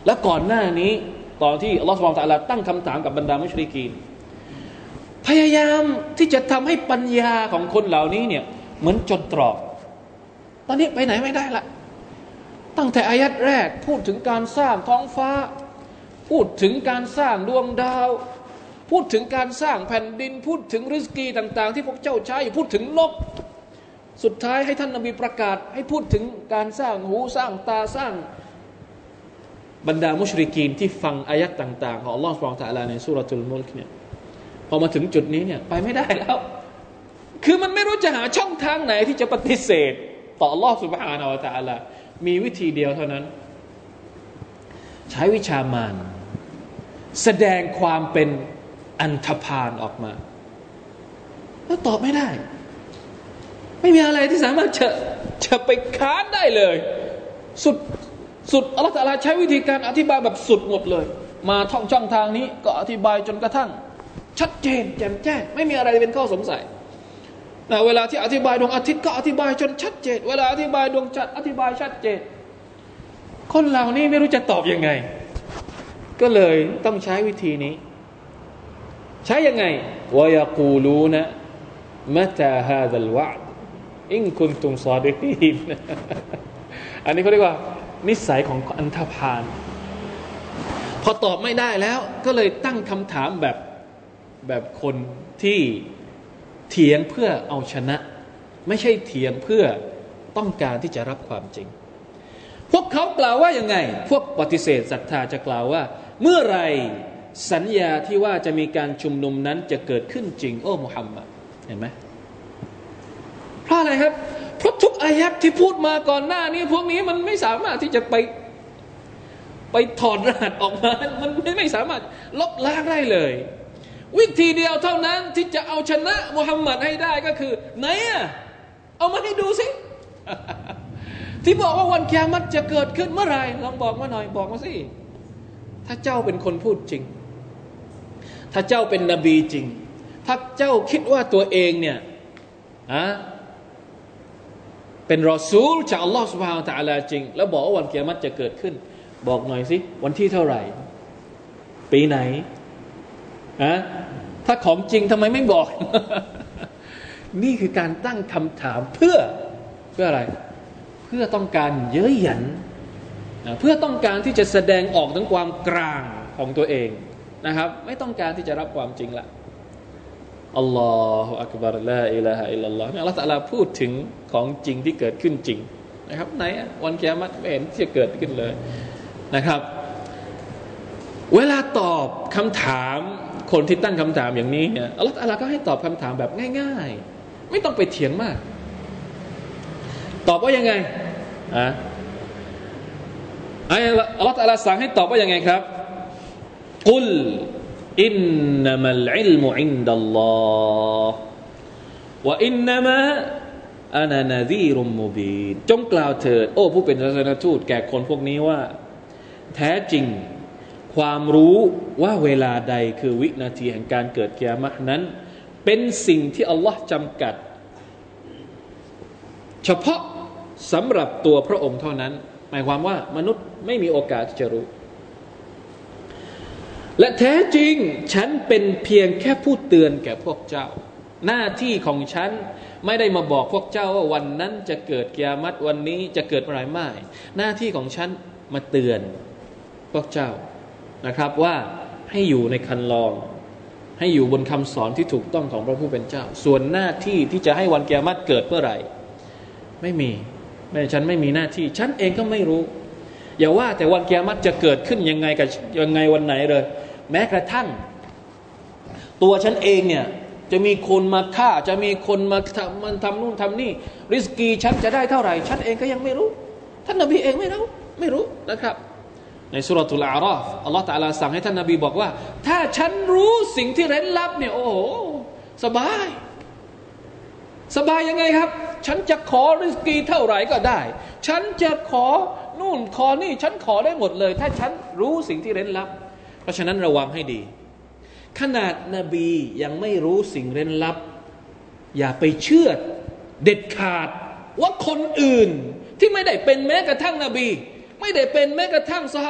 และก่อนหน้านี้ตอนที่อัลลอฮฺซุบฮานะฮูวะตะอาลาตั้งคำถามกับบรรดามุชริกีนพยายามที่จะทำให้ปัญญาของคนเหล่านี้เนี่ยเหมือนจนตรอกตอนนี้ไปไหนไม่ได้ละตั้งแต่อายัดแรกพูดถึงการสร้างท้องฟ้าพูดถึงการสร้างดวงดาวพูดถึงการสร้างแผ่นดินพูดถึงริสกีต่างๆที่พวกเจ้าใช้พูดถึงนกสุดท้ายให้ท่านนบีประกาศให้พูดถึงการสร้างหูสร้างตาสร้างบรรดามุชริกีนที่ฟังอายัดต่างๆของอัลลอฮฺซุบฮานะฮูวะตะอาลาในซูเราะตุลมุลกเนี่ยพอมาถึงจุดนี้เนี่ยไปไม่ได้แล้วคือมันไม่รู้จะหาช่องทางไหนที่จะปฏิเสธต่ออัลลอฮฺซุบฮานะฮูวะตะอาลามีวิธีเดียวเท่านั้นใช้วิชามารแสดงความเป็นอันธพาลออกมาแล้วตอบไม่ได้ไม่มีอะไรที่สามารถจะไปค้านได้เลยสุดอัลลอฮฺตะอาลาใช้วิธีการอธิบายแบบสุดหมดเลยมาท่องช่องทางนี้ก็อธิบายจนกระทั่งชัดเจนแจ่มแจ้งไม่มีอะไรเป็นข้อสงสัยนะเวลาที่อธิบายดวงอาทิตย์ก็อธิบายจนชัดเจนเวลาอธิบายดวงจันทร์อธิบายชัดเจนคนเหล่านี้ไม่รู้จะตอบยังไงก็เลยต้องใช้วิธีนี้ใช้ยังไงวะยะกูลูนะมะตาฮาซัลวะอ์ดอินกุนตุมซอดิกีนอันนี้เขาเรียกว่านิสัยของอันธพาลพอตอบไม่ได้แล้วก็เลยตั้งคำถามแบบคนที่เถียงเพื่อเอาชนะไม่ใช่เถียงเพื่อต้องการที่จะรับความจริงพวกเขากล่าวว่ายังไงพวกปฏิเสธศรัทธาจะกล่าวว่าเมื่อไรสัญญาที่ว่าจะมีการชุมนุมนั้นจะเกิดขึ้นจริงโอ้มุฮัมมัดเห็นไหมเพราะอะไรครับเพราะทุกอายัดที่พูดมาก่อนหน้านี้พวกนี้มันไม่สามารถที่จะไปถอดรหัสออกมามันไม่สามารถลบล้างได้เลยวิธีเดียวเท่านั้นที่จะเอาชนะมุฮัมมัดให้ได้ก็คือไหนอะเอามาให้ดูสิ ที่บอกว่าวันกิยามะฮ์จะเกิดขึ้นเมื่อไหร่ลองบอกมาหน่อยบอกมาสิถ้าเจ้าเป็นคนพูดจริงถ้าเจ้าเป็นนบีจริงถ้าเจ้าคิดว่าตัวเองเนี่ยเป็นรอซูลจากอัลลอฮฺซุบฮานะฮูวะตะอาลาจริงแล้วบอกว่าวันกิยามะฮ์จะเกิดขึ้นบอกหน่อยสิวันที่เท่าไหร่ปีไหนถ้าของจริงทำไมไม่บอก นี่คือการตั้งคำถามเพื่ออะไรเพื่อต้องการเย้ยหยันเพื่อต้องการที่จะแสดงออกถึงความกลางของตัวเองนะครับไม่ต้องการที่จะรับความจริงละอัลลอฮฺอักบัรลาอิลาฮะอิลลัลลอฮฺอัลลอฮฺตะอาลาพูดถึงของจริงที่เกิดขึ้นจริงนะครับไหนวันกิยามะฮ์ไม่เห็นที่จะเกิดขึ้นเลยนะครับเวลาตอบคำถามคนที่ตั้งคำถามอย่างนี้เนี่ยอัลลอฮฺตะอาลาก็ให้ตอบคำถามแบบง่ายๆไม่ต้องไปเถียงมากตอบว่ายังไงอัลลอฮฺตะอาลาสั่งให้ตอบว่ายังไงครับกุลอินนัมัลอิลมุอินดัลลอฮ์วะอินนัมะอานานาซีรุมมุบีนจงกล่าวเถิดโอ้ผู้เป็นศาสนทูตแก่คนพวกนี้ว่าแท้จริงความรู้ว่าเวลาใดคือวินาทีแห่งการเกิดกิยามะฮ์นั้นเป็นสิ่งที่อัลลอฮ์จำกัดเฉพาะสำหรับตัวพระองค์เท่านั้นหมายความว่ามนุษย์ไม่มีโอกาสที่จะรู้และแท้จริงฉันเป็นเพียงแค่ผู้เตือนแก่พวกเจ้าหน้าที่ของฉันไม่ได้มาบอกพวกเจ้าว่าวันนั้นจะเกิดกิยามะฮ์วันนี้จะเกิดเมื่อไหร่ไม่หน้าที่ของฉันมาเตือนพวกเจ้านะครับว่าให้อยู่ในคันลองให้อยู่บนคำสอนที่ถูกต้องของพระผู้เป็นเจ้าส่วนหน้าที่ที่จะให้วันกิยามะฮ์เกิดเมื่อไหร่ไม่มีฉันไม่มีหน้าที่ฉันเองก็ไม่รู้อย่าว่าแต่วันกิยามะฮ์จะเกิดขึ้นยังไงกับยังไงวันไหนเลยแม้กระทั่งตัวฉันเองเนี่ยจะมีคนมาฆ่าจะมีคนมาทำนู่นทำนี่ริสกีฉันจะได้เท่าไหร่ฉันเองก็ยังไม่รู้ท่านนบีเองไม่รู้นะครับในสุเราะตุลอาราฟอัลลอฮฺตะอาลาสั่งให้ท่านนบีบอกว่าถ้าฉันรู้สิ่งที่เร้นลับเนี่ยโอ้โหสบายยังไงครับฉันจะขอริสกีเท่าไหร่ก็ได้ฉันจะขอนู่นขอนี่ฉันขอได้หมดเลยถ้าฉันรู้สิ่งที่เร้นลับเพราะฉะนั้นระวังให้ดีขนาดนบียังไม่รู้สิ่งเร้นลับอย่าไปเชื่อเด็ดขาดว่าคนอื่นที่ไม่ได้เป็นแม้กระทั่งนบีไม่ได้เป็นแม้กระทั่งซอฮาบะห์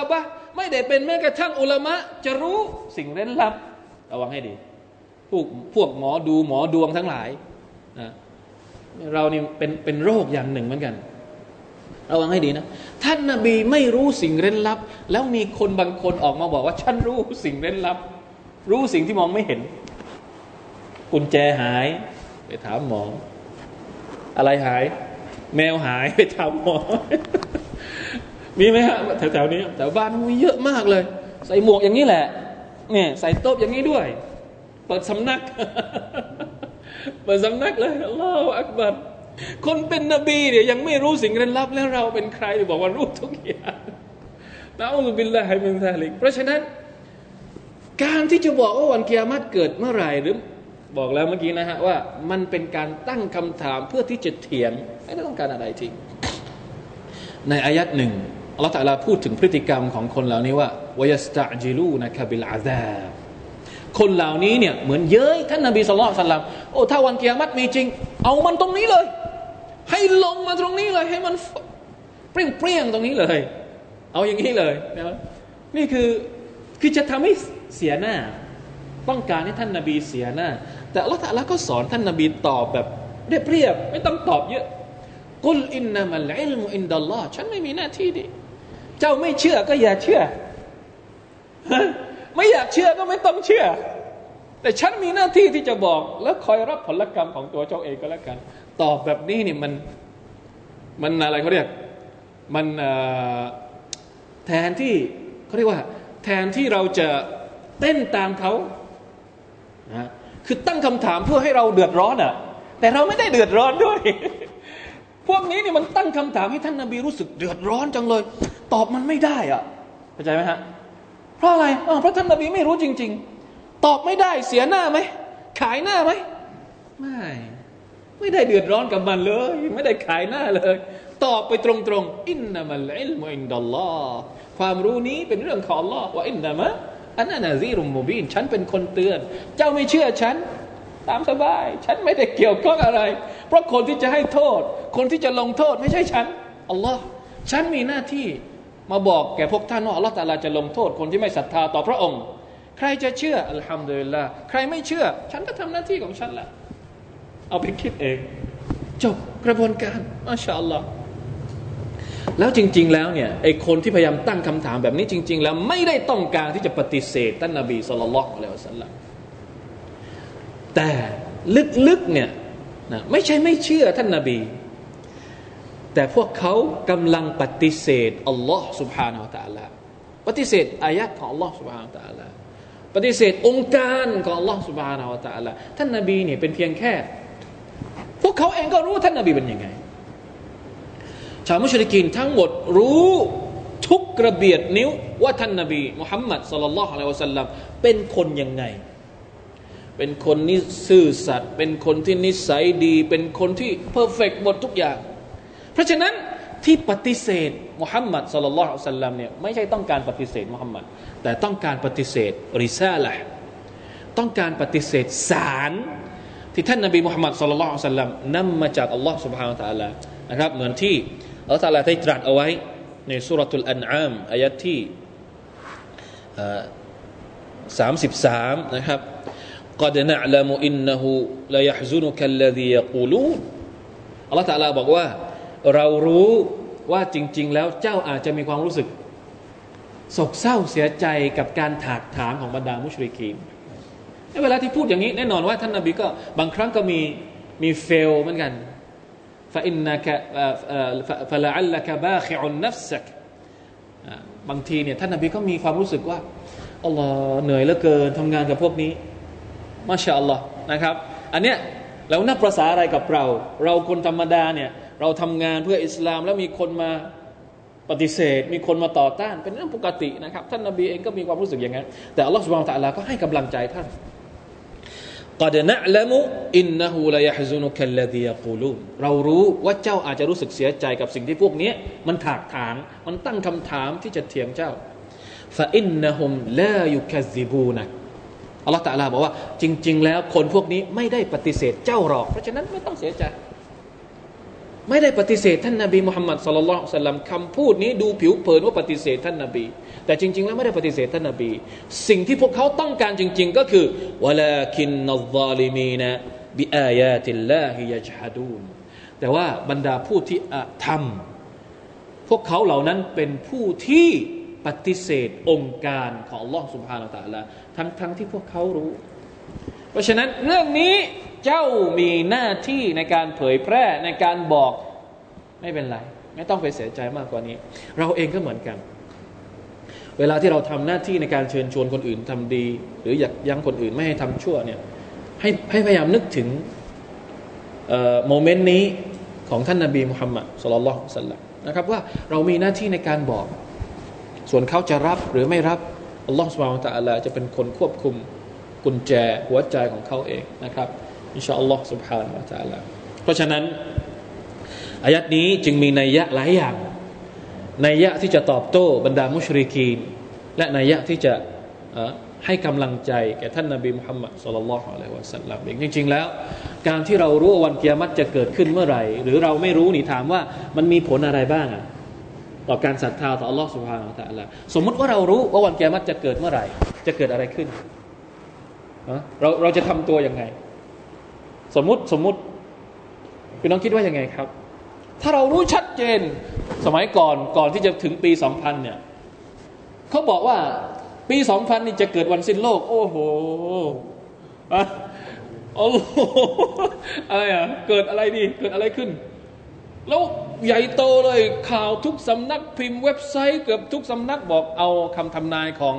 ไม่ได้เป็นแม้กระทั่งอุลามะจะรู้สิ่งเร้นลับระวังให้ดีพวกหมอดูหมอดวงทั้งหลายนะเรานี่เป็นโรคอย่างหนึ่งเหมือนกันระวังให้ดีนะท่านนบีไม่รู้สิ่งเร้นลับแล้วมีคนบางคนออกมาบอกว่าฉันรู้สิ่งเร้นลับรู้สิ่งที่มองไม่เห็นกุญแจหายไปถามหมออะไรหายแมวหายไปถามหมอมีไหมฮะแถวๆนี้แถวบ้านมีเยอะมากเลยใส่หมวกอย่างนี้แหละเนี่ยใส่โต๊ะอย่างนี้ด้วยเปิดสำนักเปิดสำนักเลยอัลลอฮฺอักบัรคนเป็นนบีเนี่ยยังไม่รู้สิ่งเร้นลับแล้วเราเป็นใครที่บอกว่ารู้ทุกอย่างนะอัลลอฮฺบิลลาฮิมินซาลิกเพราะฉะนั้นการที่จะบอกว่าวันกิยามะฮ์เกิดเมื่อไหร่หรือบอกแล้วเมื่อกี้นะฮะว่ามันเป็นการตั้งคำถามเพื่อที่จะเถียงไม่ได้ต้องการอะไรจริงในอายัดหนึ่งอัลลอฮฺตะอาลาพูดถึงพฤติกรรมของคนเหล่านี้ว่าวะยัสตะจิลูนะกะบิลอาซาบคนเหล่านี้เนี่ยเหมือนเย้ยท่านนบีศ็อลลัลลอฮุอะลัยฮิวะซัลลัมโอ้ถ้าวันกิยามะฮ์มีจริงเอามันตรงนี้เลยให้ลงมาตรงนี้เลยให้มันเปรี้ยงๆตรงนี้เลยเอาอย่างนี้เลยนะครับนี่คือจะทำให้เสียหน้าต้องการให้ท่านนบีเสียหน้าแต่อัลเลาะห์ตะอาลาก็สอนท่านนบีตอบแบบเรียบๆไม่ต้องตอบเยอะกุลอินนามัลอิลมุอินดัลลอฮ์ฉันไม่มีหน้าที่ดิเจ้าไม่เชื่อก็อย่าเชื่อไม่อยากเชื่อก็ไม่ต้องเชื่อแต่ฉันมีหน้าที่ที่จะบอกแล้วคอยรับผลกรรมของตัวเจ้าเองก็แล้วกันตอบแบบนี้นี่มันอะไรเขาเรียกมันแทนที่เขาเรียกว่าแทนที่เราจะเต้นตามเขานะคือตั้งคำถามเพื่อให้เราเดือดร้อนอ่ะแต่เราไม่ได้เดือดร้อนด้วยพวกนี้นี่มันตั้งคำถามให้ท่านนบีรู้สึกเดือดร้อนจังเลยตอบมันไม่ได้อ่ะเข้าใจไหมฮะเพราะอะไรเพราะท่านนบีไม่รู้จริงๆตอบไม่ได้เสียหน้าไหมขายหน้าไหมไม่ได้เดือดร้อนกับมันเลยไม่ได้ขายหน้าเลยตอบไปตรงๆอินนามัลอิลมุอินดัลลอฮ์ความรู้นี้เป็นเรื่องของอัลลอฮ์ว่าอินนามะอันนั้นนะซีรุมมุบีนฉันเป็นคนเตือนเจ้าไม่เชื่อฉันตามสบายฉันไม่ได้เกี่ยวข้องอะไรเพราะคนที่จะให้โทษคนที่จะลงโทษไม่ใช่ฉันอัลลอฮ์ฉันมีหน้าที่มาบอกแก่พวกท่านว่าอัลลอฮ์ตะอาลาจะลงโทษคนที่ไม่ศรัทธาต่อพระองค์ใครจะเชื่ออัลฮัมดุลิลลาห์ใครไม่เชื่อฉันก็ทำหน้าที่ของฉันแหละเอาไปคิดเองจบกระบวนการมาชาอัลลอฮ์แล้วจริงๆแล้วเนี่ยไอ้คนที่พยายามตั้งคำถามแบบนี้จริงๆแล้วไม่ได้ต้องการที่จะปฏิเสธท่านนบีศ็อลลัลลอฮุอะลัยฮิวะซัลลัมแต่ลึกๆเนี่ยนะไม่ใช่ไม่เชื่อท่านนบีแต่พวกเขากำลังปฏิเสธอัลลอฮ์ سبحانه และ تعالى ปฏิเสธอายะห์ของอัลลอฮ์ سبحانه และ تعالى ปฏิเสธองค์การของอัลลอฮ์ سبحانه และ تعالى ท่านนบีเนี่ยเป็นเพียงแค่พวกเขาเองก็รู้ท่านนบีเป็นยังไงชาวมุชริกีนทั้งหมดรู้ทุกกระเบียดนิ้วว่าท่านนบีมุฮัมมัดศ็อลลัลลอฮุอะลัยฮิวะซัลลัมเป็นคนยังไงเป็นคนนิซื่อสัตย์เป็นคนที่นิสัยดีเป็นคนที่เพอร์เฟกต์หมดทุกอย่างเพราะฉะนั้นที่ปฏิเสธมุฮัมมัดศ็อลลัลลอฮุอะลัยฮิวะซัลลัมเนี่ยไม่ใช่ต้องการปฏิเสธมุฮัมมัดแต่ต้องการปฏิเสธริซาละห์ต้องการปฏิเสธสารที่ท่านนบีมุฮัมมัดศ็อลลัลลอฮุอะลัยฮิวะซัลลัมนำมาจากอัลลอฮ์ سبحانه และ تعالى นะครับเหมือนที่อัลลอฮ์ تعالى ได้ตรัสเอาไว้ในซูเราะตุลอันอามอายะห์ที่33นะครับ قد نعلم إنه لا يحزنك الذي يقولون อัลลอฮ์ تعالى บอกว่าเรารู้ว่าจริงๆแล้วเจ้าอาจจะมีความรู้สึกโศกเศร้าเสียใจกับการถากถางของบรรดามุชริกีนเวลาที่พูดอย่างนี้แน่นอนว่าท่านนบีก็บางครั้งก็มีเฟลเหมือนกันفإنك فلعلك باخع نفسك บางทีเนี่ยท่านนบีก็มีความรู้สึกว่าอัลลอฮ์เหนื่อยเหลือเกินทำงานกับพวกนี้มาชาอัลลอฮ์นะครับอันเนี้ยแล้วนับประสาอะไรกับเราคนธรรมดาเนี่ยเราทำงานเพื่ออิสลามแล้วมีคนมาปฏิเสธมีคนมาต่อต้านเป็นเรื่องปกตินะครับท่านนบีเองก็มีความรู้สึกอย่างนั้นแต่อัลลอฮ์ซุบฮานะฮูวะตะอาลาก็ให้กำลังใจท่านقد نعلم إنه لا يحزنك الذي يقولون เรารู้ว่าเจ้าอาจจะรู้สึกเสียใจกับสิ่งที่พวกนี้มันถากถางมันตั้งคำถามที่จะเถียงเจ้า فإنهم لا يكذبونك อัลเลาะห์ตะอาลาบอกว่าจริงๆแล้วคนพวกนี้ไม่ได้ปฏิเสธเจ้าหรอกเพราะฉะนั้นไม่ต้องเสียใจไม่ได้ปฏิเสธท่านนบีมุฮัมมัดศ็อลลัลลอฮุอะลัยฮิวะซัลลัมคำพูดนี้ดูผิวเผินว่าปฏิเสธท่านนบีแต่จริงๆแล้วไม่ได้ปฏิเสธท่านนบีสิ่งที่พวกเขาต้องการจริงๆก็คือวะลาคินนัซซาลิมีนบิอายาติลลาฮิยัจฮะดูนแต่ว่าบรรดาผู้ที่อธรรมพวกเขาเหล่านั้นเป็นผู้ที่ปฏิเสธองค์การของอัลลอฮฺซุบฮานะฮูวะตะอาลาทั้งที่พวกเขารู้เพราะฉะนั้นเรื่องนี้เจ้ามีหน้าที่ในการเผยแพร่ในการบอกไม่เป็นไรไม่ต้องไปเสียใจมากกว่านี้เราเองก็เหมือนกันเวลาที่เราทำหน้าที่ในการเชิญชวนคนอื่นทำดีหรืออยากยั้งคนอื่นไม่ให้ทำชั่วเนี่ยให้พยายามนึกถึงโมเมนต์นี้ของท่านนบีมุฮัมมัดศ็อลลัลลอฮุอะลัยฮิวะซัลลัมนะครับว่าเรามีหน้าที่ในการบอกส่วนเขาจะรับหรือไม่รับอัลลอฮฺซุบฮานะฮูวะตะอาลาจะเป็นคนควบคุมกุญแจหัวใจของเขาเองนะครับอินชาอัลลอฮฺซุบฮานะฮูวะตะอาลาเพราะฉะนั้นอายัดนี้จึงมีนัยยะหลายอย่างนัยยะที่จะตอบโต้บรรดามุชริกีนและนัยยะที่จะให้กำลังใจแก่ท่านนบีมุฮัมมัดศ็อลลัลลอฮุอะลัยฮิวะซัลลัมจริงๆแล้วการที่เรารู้ว่าวันกิยามะฮ์จะเกิดขึ้นเมื่อไหร่หรือเราไม่รู้นี่ถามว่ามันมีผลอะไรบ้างต่อการศรัทธาต่ออัลลอฮฺซุบฮานะฮูวะตะอาลาสมมุติว่าเรารู้ว่าวันกิยามะฮ์จะเกิดเมื่อไหร่จะเกิดอะไรขึ้นเราจะทำตัวยังไงสมมุติพี่น้องคิดว่ายังไงครับถ้าเรารู้ชัดเจนสมัยก่อนที่จะถึงปี2000เนี่ยเขาบอกว่าปี2000นี่จะเกิดวันสิ้นโลกโอ้โหอะไรเกิดอะไรดีเกิดอะไรขึ้นแล้วใหญ่โตเลยข่าวทุกสำนักพิมพ์เว็บไซต์เกือบทุกสำนักบอกเอาคำทำนายของ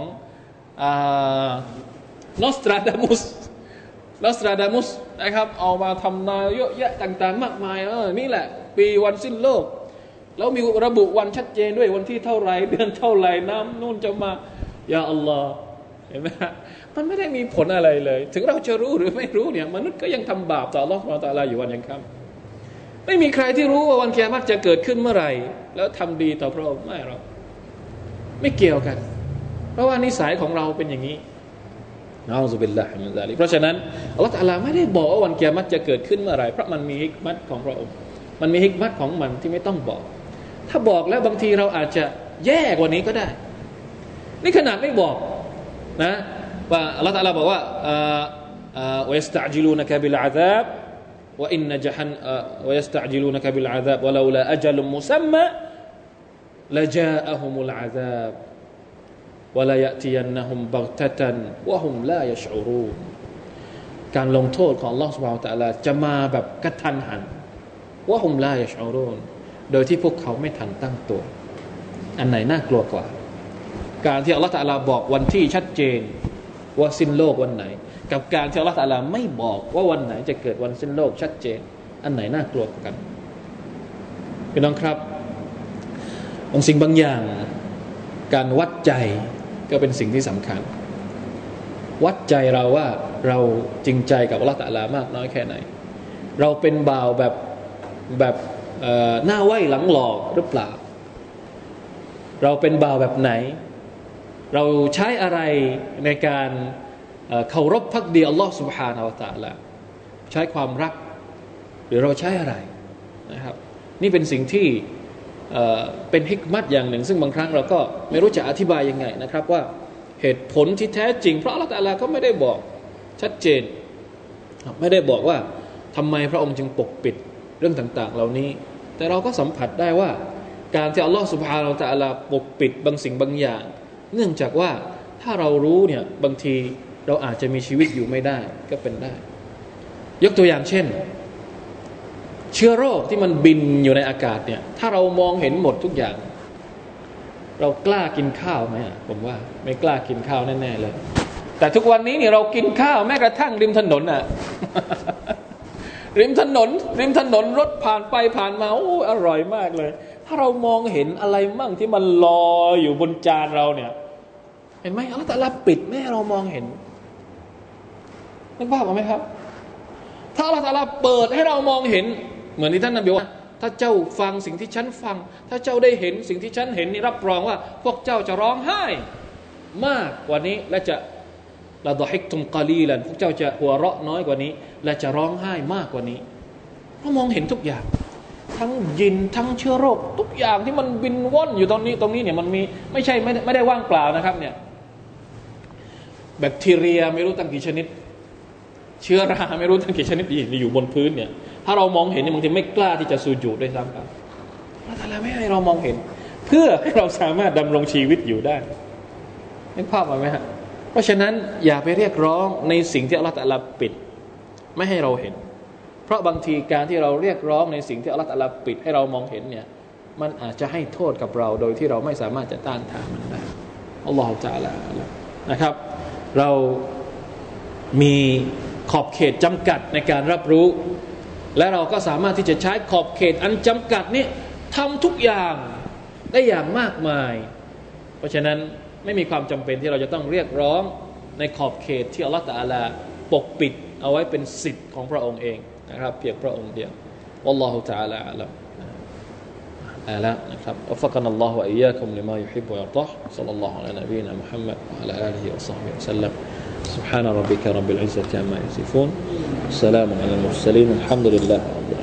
นอสตราดามุสนะครับเอามาทำนายเยอะแยะต่างๆมากมายนี่แหละปีวันสิ้นโลกแล้วมีระบุวันชัดเจนด้วยวันที่เท่าไรเดือนเท่าไรน้ำนู่นจะมายาอัลลอฮ์เห็นไหมมันไม่ได้มีผลอะไรเลยถึงเราจะรู้หรือไม่รู้เนี่ยมนุษย์ก็ยังทำบาปต่ออัลลอฮ์ซุบฮานะฮูวะตะอาลาอยู่วันยังค่ำไม่มีใครที่รู้ว่าวันกิยามะฮ์จะเกิดขึ้นเมื่อไหร่แล้วทำดีต่อพระองค์ไม่เกี่ยวกันเพราะว่านิสัยของเราเป็นอย่างนี้นะอูซุบิลลาฮิมินซาลิกเพราะฉะนั้นอัลลอฮฺตะอาลาไม่ได้บอกว่าวันกิยามะฮ์จะเกิดขึ้นเมื่อไหร่เพราะมันมีฮิกมัตของพระองค์มันมีฮิกมัตของมันที่ไม่ต้องบอกถ้าบอกแล้วบางทีเราอาจจะแย่กว่านี้ก็ได้นี่ขนาดไม่บอกนะว่าอัลลอฮฺตะอาลาบอกว่าวะยัสตะอญิลูนะกะบิลอะซาบวะอินนะจะฮันวะยัสตะอญิลูนะกะบิลอะซาบวะลาลาอัจลุมุซัมมะละจาอะฮุมุลอะซาบวะลายะติยันนะฮุมบักตะตันวะฮุมลายะชอูรูนการลงโทษของอัลเลาะห์ซุบฮานะฮูวะตะอาลาจะมาแบบกระทันหันวะฮุมลายะชอูรูนโดยที่พวกเขาไม่ทันตั้งตัวอันไหนน่ากลัวกว่าการที่อัลเลาะห์ตะอาลาบอกวันที่ชัดเจนว่าสิ้นโลกวันไหนกับการที่อัลเลาะห์ตะอาลาไม่บอกว่าวันไหนจะเกิดวันสิ้นโลกชัดเจนอันไหนน่ากลัวกว่ากันพี่น้องครับบางสิ่งบางอย่างการวัดใจก็เป็นสิ่งที่สำคัญวัดใจเราว่าเราจริงใจกับอัลเลาะห์ตะอาลามากน้อยแค่ไหนเราเป็นบ่าวแบบหน้าไหว้หลังหลอกหรือเปล่าเราเป็นบ่าวแบบไหนเราใช้อะไรในการเคารพภักดีอัลลอฮ์ سبحانه และ تعالى ใช้ความรักหรือเราใช้อะไรนะครับนี่เป็นสิ่งที่เป็นฮิกมัตอย่างหนึ่งซึ่งบางครั้งเราก็ไม่รู้จะอธิบายยังไงนะครับว่าเหตุผลที่แท้จริงเพราะอัลเลาะห์ตะอาลาก็ไม่ได้บอกชัดเจนไม่ได้บอกว่าทำไมพระองค์จึงปกปิดเรื่องต่างๆเหล่านี้แต่เราก็สัมผัสได้ว่าการที่อัลลอฮฺซุบฮานะฮูวะตะอาลาปกปิดบางสิ่งบางอย่างเนื่องจากว่าถ้าเรารู้เนี่ยบางทีเราอาจจะมีชีวิตอยู่ไม่ได้ก็เป็นได้ยกตัวอย่างเช่นเชื้อโรคที่มันบินอยู่ในอากาศเนี่ยถ้าเรามองเห็นหมดทุกอย่างเรากล้ากินข้าวไหมผมว่าไม่กล้ากินข้าวแน่ๆเลยแต่ทุกวันนี้เนี่ยเรากินข้าวแม้กระทั่งริมถนนอ่ะ ริมถนนรถผ่านไปผ่านมาโอ้อร่อยมากเลยถ้าเรามองเห็นอะไรมั่งที่มันลอยอยู่บนจานเราเนี่ยเห็นไหมอัลเลาะห์ตะอาลาปิดไม่ให้เรามองเห็นนึกภาพออกไหมครับถ้าอัลเลาะห์ตะอาลาเปิดให้เรามองเห็นเหมือนที่ท่านนบีว่าถ้าเจ้าฟังสิ่งที่ฉันฟังถ้าเจ้าได้เห็นสิ่งที่ฉันเห็นนี่รับรองว่าพวกเจ้าจะร้องไห้มากกว่านี้และจะละดอฮิกตุมกะลีลันพวกเจ้าจะหัวเราะน้อยกว่านี้และจะร้องไห้มากกว่านี้เพราะมองเห็นทุกอย่างทั้งยินทั้งเชื้อโรคทุกอย่างที่มันบินว่อนอยู่ตรงนี้เนี่ยมันมีไม่ได้ว่างเปล่านะครับเนี่ยแบคทีเรียไม่รู้ตั้งกี่ชนิดเชื้อราไม่รู้ตั้งกี่ชนิดอยู่บนพื้นเนี่ยถ้าเรามองเห็นเนี่ยบางทีไม่กล้าที่จะสุญูดด้วยซ้ำครับอัลเลาะห์ตะอาลาไม่ให้เรามองเห็นเพื่อให้เราสามารถดำรงชีวิตอยู่ได้นึกภาพออกไหมฮะเพราะฉะนั้นอย่าไปเรียกร้องในสิ่งที่อัลเลาะห์ตะอาลาปิดไม่ให้เราเห็นเพราะบางทีการที่เราเรียกร้องในสิ่งที่อัลเลาะห์ตะอาลาปิดให้เรามองเห็นเนี่ยมันอาจจะให้โทษกับเราโดยที่เราไม่สามารถจะต้านทานมันได้อัลลอฮฺตะอาลานะครับเรามีขอบเขตจำกัดในการรับรู้และเราก็สามารถที่จะใช้ขอบเขตอันจำกัดนี้ทำทุกอย่างได้อย่างมากมายเพราะฉะนั้นไม่มีความจำเป็นที่เราจะต้องเรียกร้องในขอบเขตที่อัลลอฮฺตะอาลาปกปิดเอาไว้เป็นสิทธิ์ของพระองค์เองนะครับเพียงพระองค์เดียววัลลอฮุตะอาลาอะลัมแล้วนะครับอัฟกันอัลลอฮฺวะอียาคุมลิมายุฮิบวะยัรฎอฮ์ศ็อลลัลลอฮุอะลานบีนะมุฮัมมัดวะอะลาอาลิฮิวะศอฮบิฮิวะซัลลัมسبحان ربك رب العزة عما يصفون سلام على المرسلين الحمد لله رب العالمين